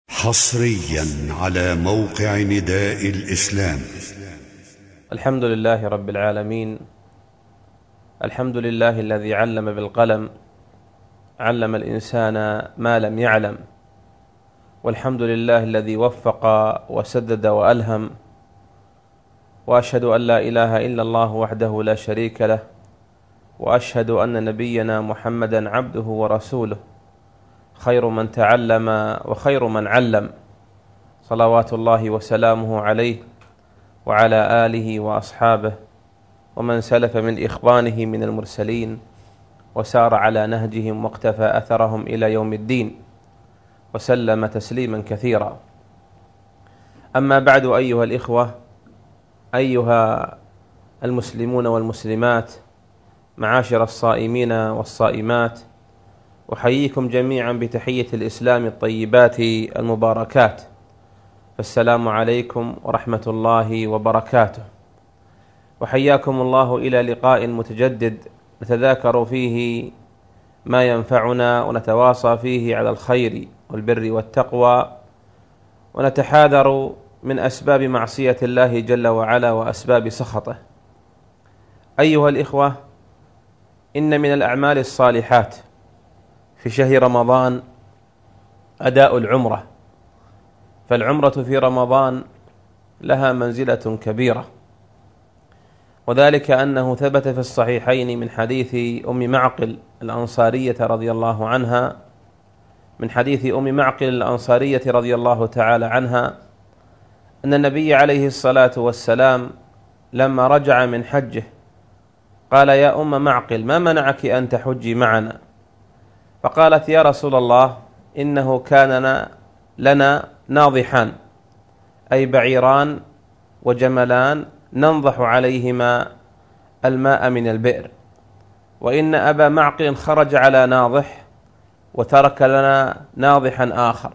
حصريا على موقع نداء الإسلام. الحمد لله رب العالمين. الحمد لله الذي علم بالقلم، علم الإنسان ما لم يعلم. والحمد لله الذي وفق وسدد وألهم. وأشهد أن لا إله إلا الله وحده لا شريك له، وأشهد أن نبينا محمدا عبده ورسوله، خير من تعلم وخير من علم، صلوات الله وسلامه عليه وعلى آله وأصحابه ومن سلف من إخوانه من المرسلين وسار على نهجهم واقتفى أثرهم إلى يوم الدين، وسلم تسليما كثيرا. أما بعد، أيها الإخوة، أيها المسلمون والمسلمات، معاشر الصائمين والصائمات، أحييكم جميعا بتحية الإسلام الطيبات المباركات، فالسلام عليكم ورحمة الله وبركاته. وحياكم الله إلى لقاء متجدد نتذاكر فيه ما ينفعنا، ونتواصى فيه على الخير والبر والتقوى، ونتحاذر من أسباب معصية الله جل وعلا وأسباب سخطه. أيها الإخوة، إن من الأعمال الصالحات في شهر رمضان أداء العمرة، فالعمرة في رمضان لها منزلة كبيرة، وذلك أنه ثبت في الصحيحين من حديث أم معقل الأنصارية رضي الله عنها، من حديث أم معقل الأنصارية رضي الله تعالى عنها، أن النبي عليه الصلاة والسلام لما رجع من حجه قال: يا أم معقل، ما منعك أن تحجي معنا؟ فقالت: يا رسول الله، إنه كان لنا ناضحان، أي بعيران وجملان ننضح عليهما الماء من البئر، وإن أبا معقل خرج على ناضح وترك لنا ناضحا آخر،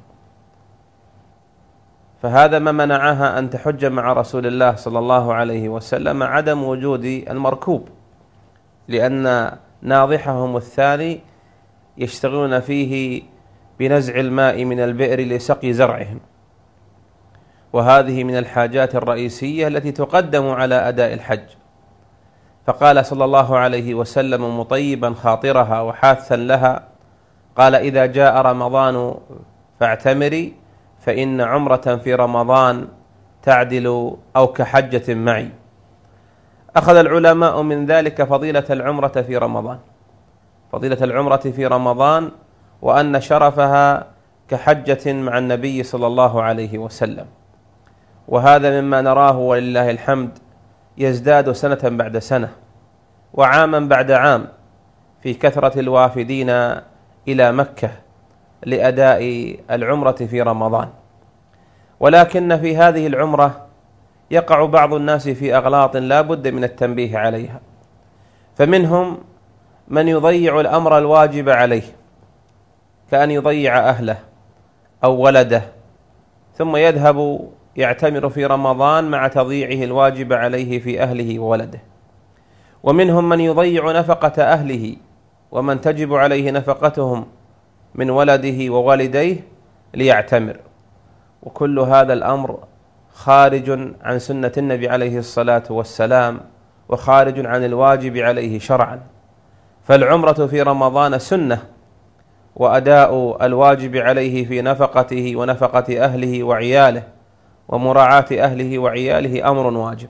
فهذا ما منعها أن تحج مع رسول الله صلى الله عليه وسلم عدم وجود المركوب، لأن ناضحهم الثاني يشتغلون فيه بنزع الماء من البئر لسقي زرعهم، وهذه من الحاجات الرئيسية التي تقدم على أداء الحج. فقال صلى الله عليه وسلم مطيبا خاطرها وحاثا لها، قال: إذا جاء رمضان فاعتمري، فإن عمرة في رمضان تعدل أو كحجة معي. أخذ العلماء من ذلك فضيلة العمرة في رمضان، فضيلة العمرة في رمضان، وأن شرفها كحجة مع النبي صلى الله عليه وسلم. وهذا مما نراه ولله الحمد يزداد سنة بعد سنة وعاما بعد عام في كثرة الوافدين إلى مكة لأداء العمرة في رمضان. ولكن في هذه العمرة يقع بعض الناس في أغلاط لا بد من التنبيه عليها، فمنهم من يضيع الأمر الواجب عليه، كأن يضيع أهله أو ولده، ثم يذهب يعتمر في رمضان مع تضييعه الواجب عليه في أهله وولده. ومنهم من يضيع نفقة أهله ومن تجب عليه نفقتهم من ولده ووالديه ليعتمر، وكل هذا الأمر خارج عن سنة النبي عليه الصلاة والسلام، وخارج عن الواجب عليه شرعا. فالعمرة في رمضان سنة، وأداء الواجب عليه في نفقته ونفقة أهله وعياله ومراعاة أهله وعياله أمر واجب.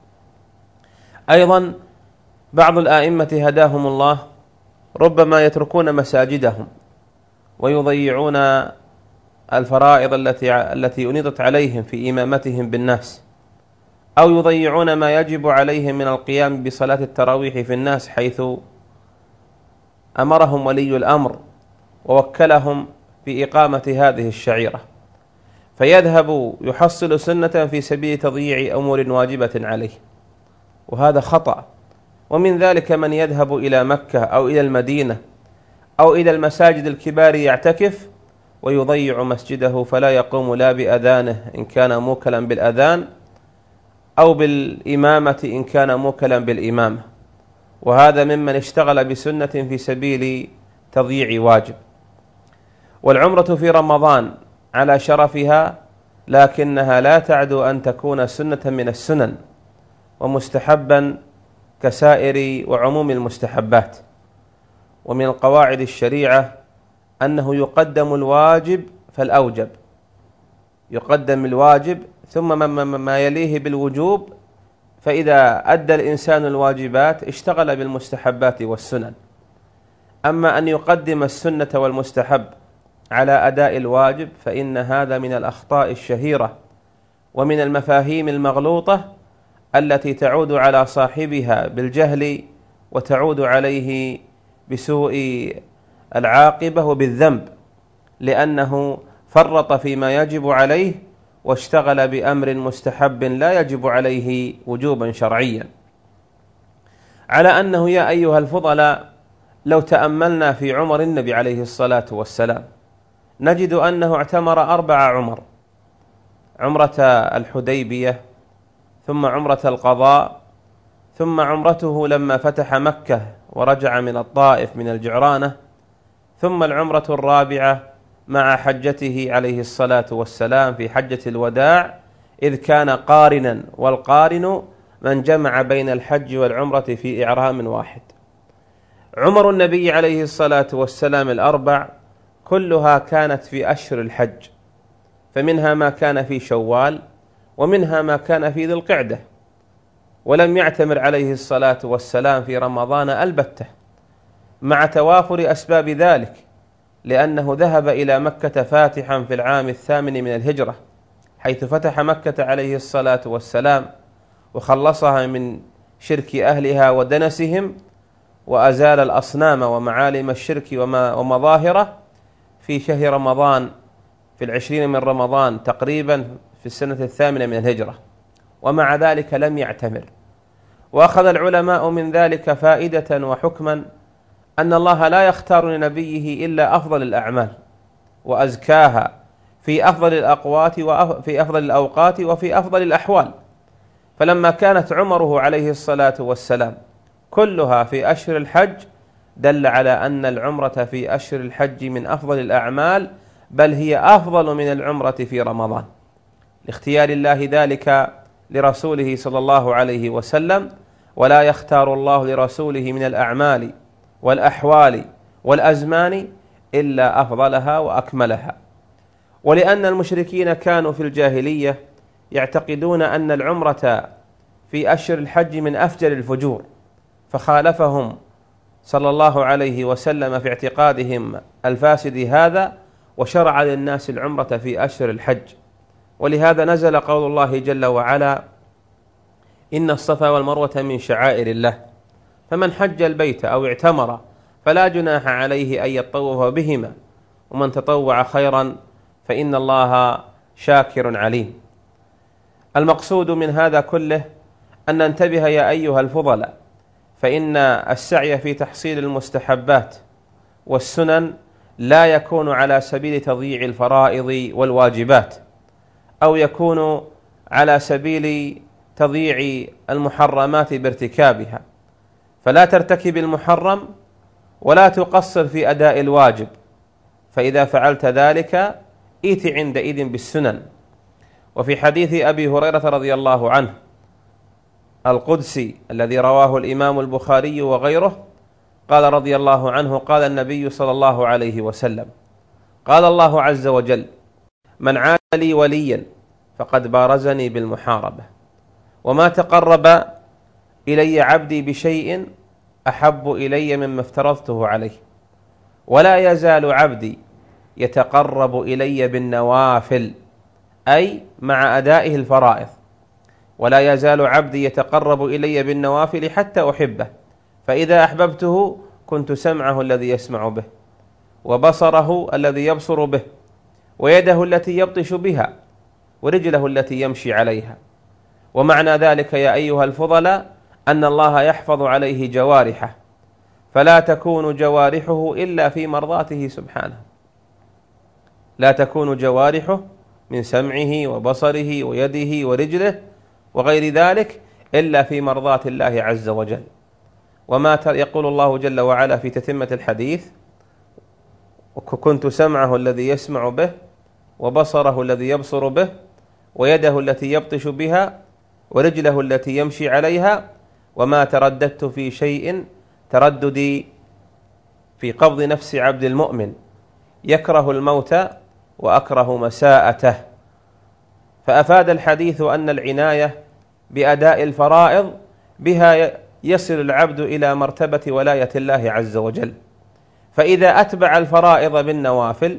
أيضا بعض الآئمة هداهم الله ربما يتركون مساجدهم ويضيعون الفرائض التي أنيضت عليهم في إمامتهم بالناس، أو يضيعون ما يجب عليهم من القيام بصلاة التراويح في الناس، حيث أمرهم ولي الأمر ووكلهم في إقامة هذه الشعيرة، فيذهب يحصل سنة في سبيل تضييع أمور واجبة عليه، وهذا خطأ. ومن ذلك من يذهب إلى مكة أو إلى المدينة أو إلى المساجد الكبار يعتكف ويضيع مسجده، فلا يقوم لا بأذانه إن كان موكلا بالأذان أو بالإمامة إن كان موكلا بالإمامة، وهذا ممن اشتغل بسنة في سبيل تضييع واجب. والعمرة في رمضان على شرفها، لكنها لا تعدو أن تكون سنة من السنن ومستحبا كسائر وعموم المستحبات. ومن القواعد الشريعة أنه يقدم الواجب فالأوجب، يقدم الواجب ثم ما يليه بالوجوب، فإذا أدى الإنسان الواجبات اشتغل بالمستحبات والسنن. أما أن يقدم السنة والمستحب على أداء الواجب فإن هذا من الأخطاء الشهيرة ومن المفاهيم المغلوطة التي تعود على صاحبها بالجهل وتعود عليه بسوء العاقبة وبالذنب، لأنه فرط فيما يجب عليه واشتغل بأمر مستحب لا يجب عليه وجوبا شرعيا. على أنه يا أيها الفضلاء لو تأملنا في عمر النبي عليه الصلاة والسلام نجد أنه اعتمر 4 عمر: عمرة الحديبية، ثم عمرة القضاء، ثم عمرته لما فتح مكة ورجع من الطائف من الجعرانة، ثم العمرة الرابعة مع حجته عليه الصلاة والسلام في حجة الوداع، إذ كان قارنا، والقارن من جمع بين الحج والعمرة في إعرام واحد. عمر النبي عليه الصلاة والسلام 4 كلها كانت في أشهر الحج، فمنها ما كان في شوال ومنها ما كان في ذي القعدة، ولم يعتمر عليه الصلاة والسلام في رمضان البتة، مع توافر أسباب ذلك، لأنه ذهب إلى مكة فاتحا في العام 8 من الهجرة، حيث فتح مكة عليه الصلاة والسلام وخلصها من شرك أهلها ودنسهم، وأزال الأصنام ومعالم الشرك ومظاهره في شهر رمضان، في 20 من رمضان تقريبا في السنة 8 من الهجرة، ومع ذلك لم يعتمر. وأخذ العلماء من ذلك فائدة وحكما أن الله لا يختار لنبيه إلا أفضل الأعمال وأزكاها في أفضل الأوقات وفي أفضل الأحوال. فلما كانت عمره عليه الصلاة والسلام كلها في أشهر الحج دل على أن العمرة في أشهر الحج من أفضل الأعمال، بل هي أفضل من العمرة في رمضان، لاختيار الله ذلك لرسوله صلى الله عليه وسلم. ولا يختار الله لرسوله من الأعمال والأحوال والأزمان إلا أفضلها وأكملها. ولأن المشركين كانوا في الجاهلية يعتقدون أن العمرة في أشهر الحج من أفجر الفجور، فخالفهم صلى الله عليه وسلم في اعتقادهم الفاسد هذا، وشرع للناس العمرة في أشهر الحج. ولهذا نزل قول الله جل وعلا: إن الصفا والمروة من شعائر الله، فمن حج البيت أو اعتمر فلا جناح عليه أن يطوف بهما، ومن تطوع خيرا فإن الله شاكر عليم. المقصود من هذا كله أن ننتبه يا أيها الفضلاء، فإن السعي في تحصيل المستحبات والسنن لا يكون على سبيل تضييع الفرائض والواجبات، أو يكون على سبيل تضييع المحرمات بارتكابها، فلا ترتكب المحرم ولا تقصر في أداء الواجب، فإذا فعلت ذلك ائت عندئذ بالسنن. وفي حديث أبي هريرة رضي الله عنه القدسي الذي رواه الإمام البخاري وغيره، قال رضي الله عنه: قال النبي صلى الله عليه وسلم: قال الله عز وجل: من عاد لي وليا فقد بارزني بالمحاربة، وما تقرب إلي عبدي بشيء أحب إلي مما افترضته عليه، ولا يزال عبدي يتقرب إلي بالنوافل، أي مع أدائه الفرائض، ولا يزال عبدي يتقرب إلي بالنوافل حتى أحبه، فإذا أحببته كنت سمعه الذي يسمع به، وبصره الذي يبصر به، ويده التي يبطش بها، ورجله التي يمشي عليها. ومعنى ذلك يا أيها الفضلاء أن الله يحفظ عليه جوارحه، فلا تكون جوارحه إلا في مرضاته سبحانه، لا تكون جوارحه من سمعه وبصره ويده ورجله وغير ذلك إلا في مرضاة الله عز وجل. وما يقول الله جل وعلا في تتمة الحديث: كنت سمعه الذي يسمع به، وبصره الذي يبصر به، ويده التي يبطش بها، ورجله التي يمشي عليها. وما ترددت في شيء ترددي في قبض نفس عبد المؤمن، يكره الموت وأكره مساءته. فأفاد الحديث أن العناية بأداء الفرائض بها يصل العبد إلى مرتبة ولاية الله عز وجل، فإذا أتبع الفرائض بالنوافل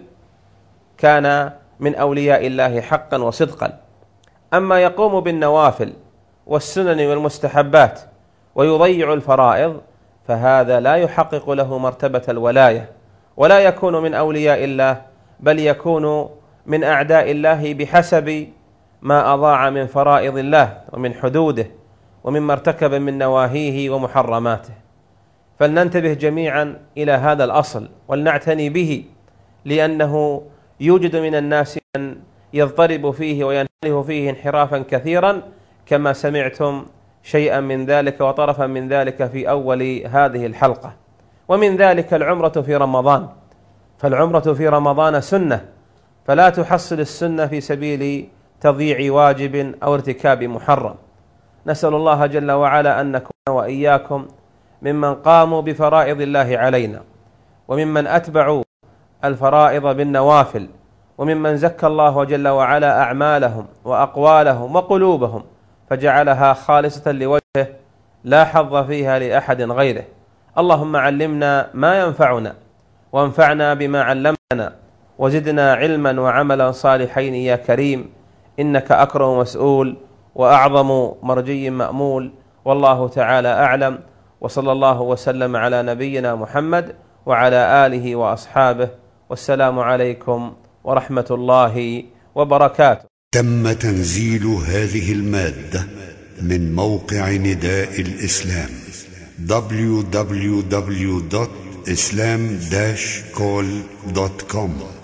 كان من أولياء الله حقا وصدقا. أما يقوم بالنوافل والسنن والمستحبات ويضيع الفرائض فهذا لا يحقق له مرتبة الولاية، ولا يكون من أولياء الله، بل يكون من أعداء الله بحسب ما أضاع من فرائض الله ومن حدوده ومما ارتكب من نواهيه ومحرماته. فلننتبه جميعا إلى هذا الأصل ولنعتني به، لأنه يوجد من الناس من يضطرب فيه وينحرف فيه انحرافا كثيرا، كما سمعتم شيئا من ذلك وطرفا من ذلك في أول هذه الحلقة. ومن ذلك العمرة في رمضان، فالعمرة في رمضان سنة، فلا تحصل السنة في سبيل تضييع واجب أو ارتكاب محرم. نسأل الله جل وعلا أن نكون وإياكم ممن قاموا بفرائض الله علينا، وممن أتبعوا الفرائض بالنوافل، وممن زكى الله جل وعلا أعمالهم وأقوالهم وقلوبهم فجعلها خالصة لوجهه لا حظ فيها لأحد غيره. اللهم علمنا ما ينفعنا، وانفعنا بما علمتنا، وزدنا علما وعملا صالحين يا كريم، إنك أكرم مسؤول وأعظم مرجي مأمول. والله تعالى أعلم، وصلى الله وسلم على نبينا محمد وعلى آله وأصحابه، والسلام عليكم ورحمة الله وبركاته. تم تنزيل هذه المادة من موقع نداء الإسلام www.islam-call.com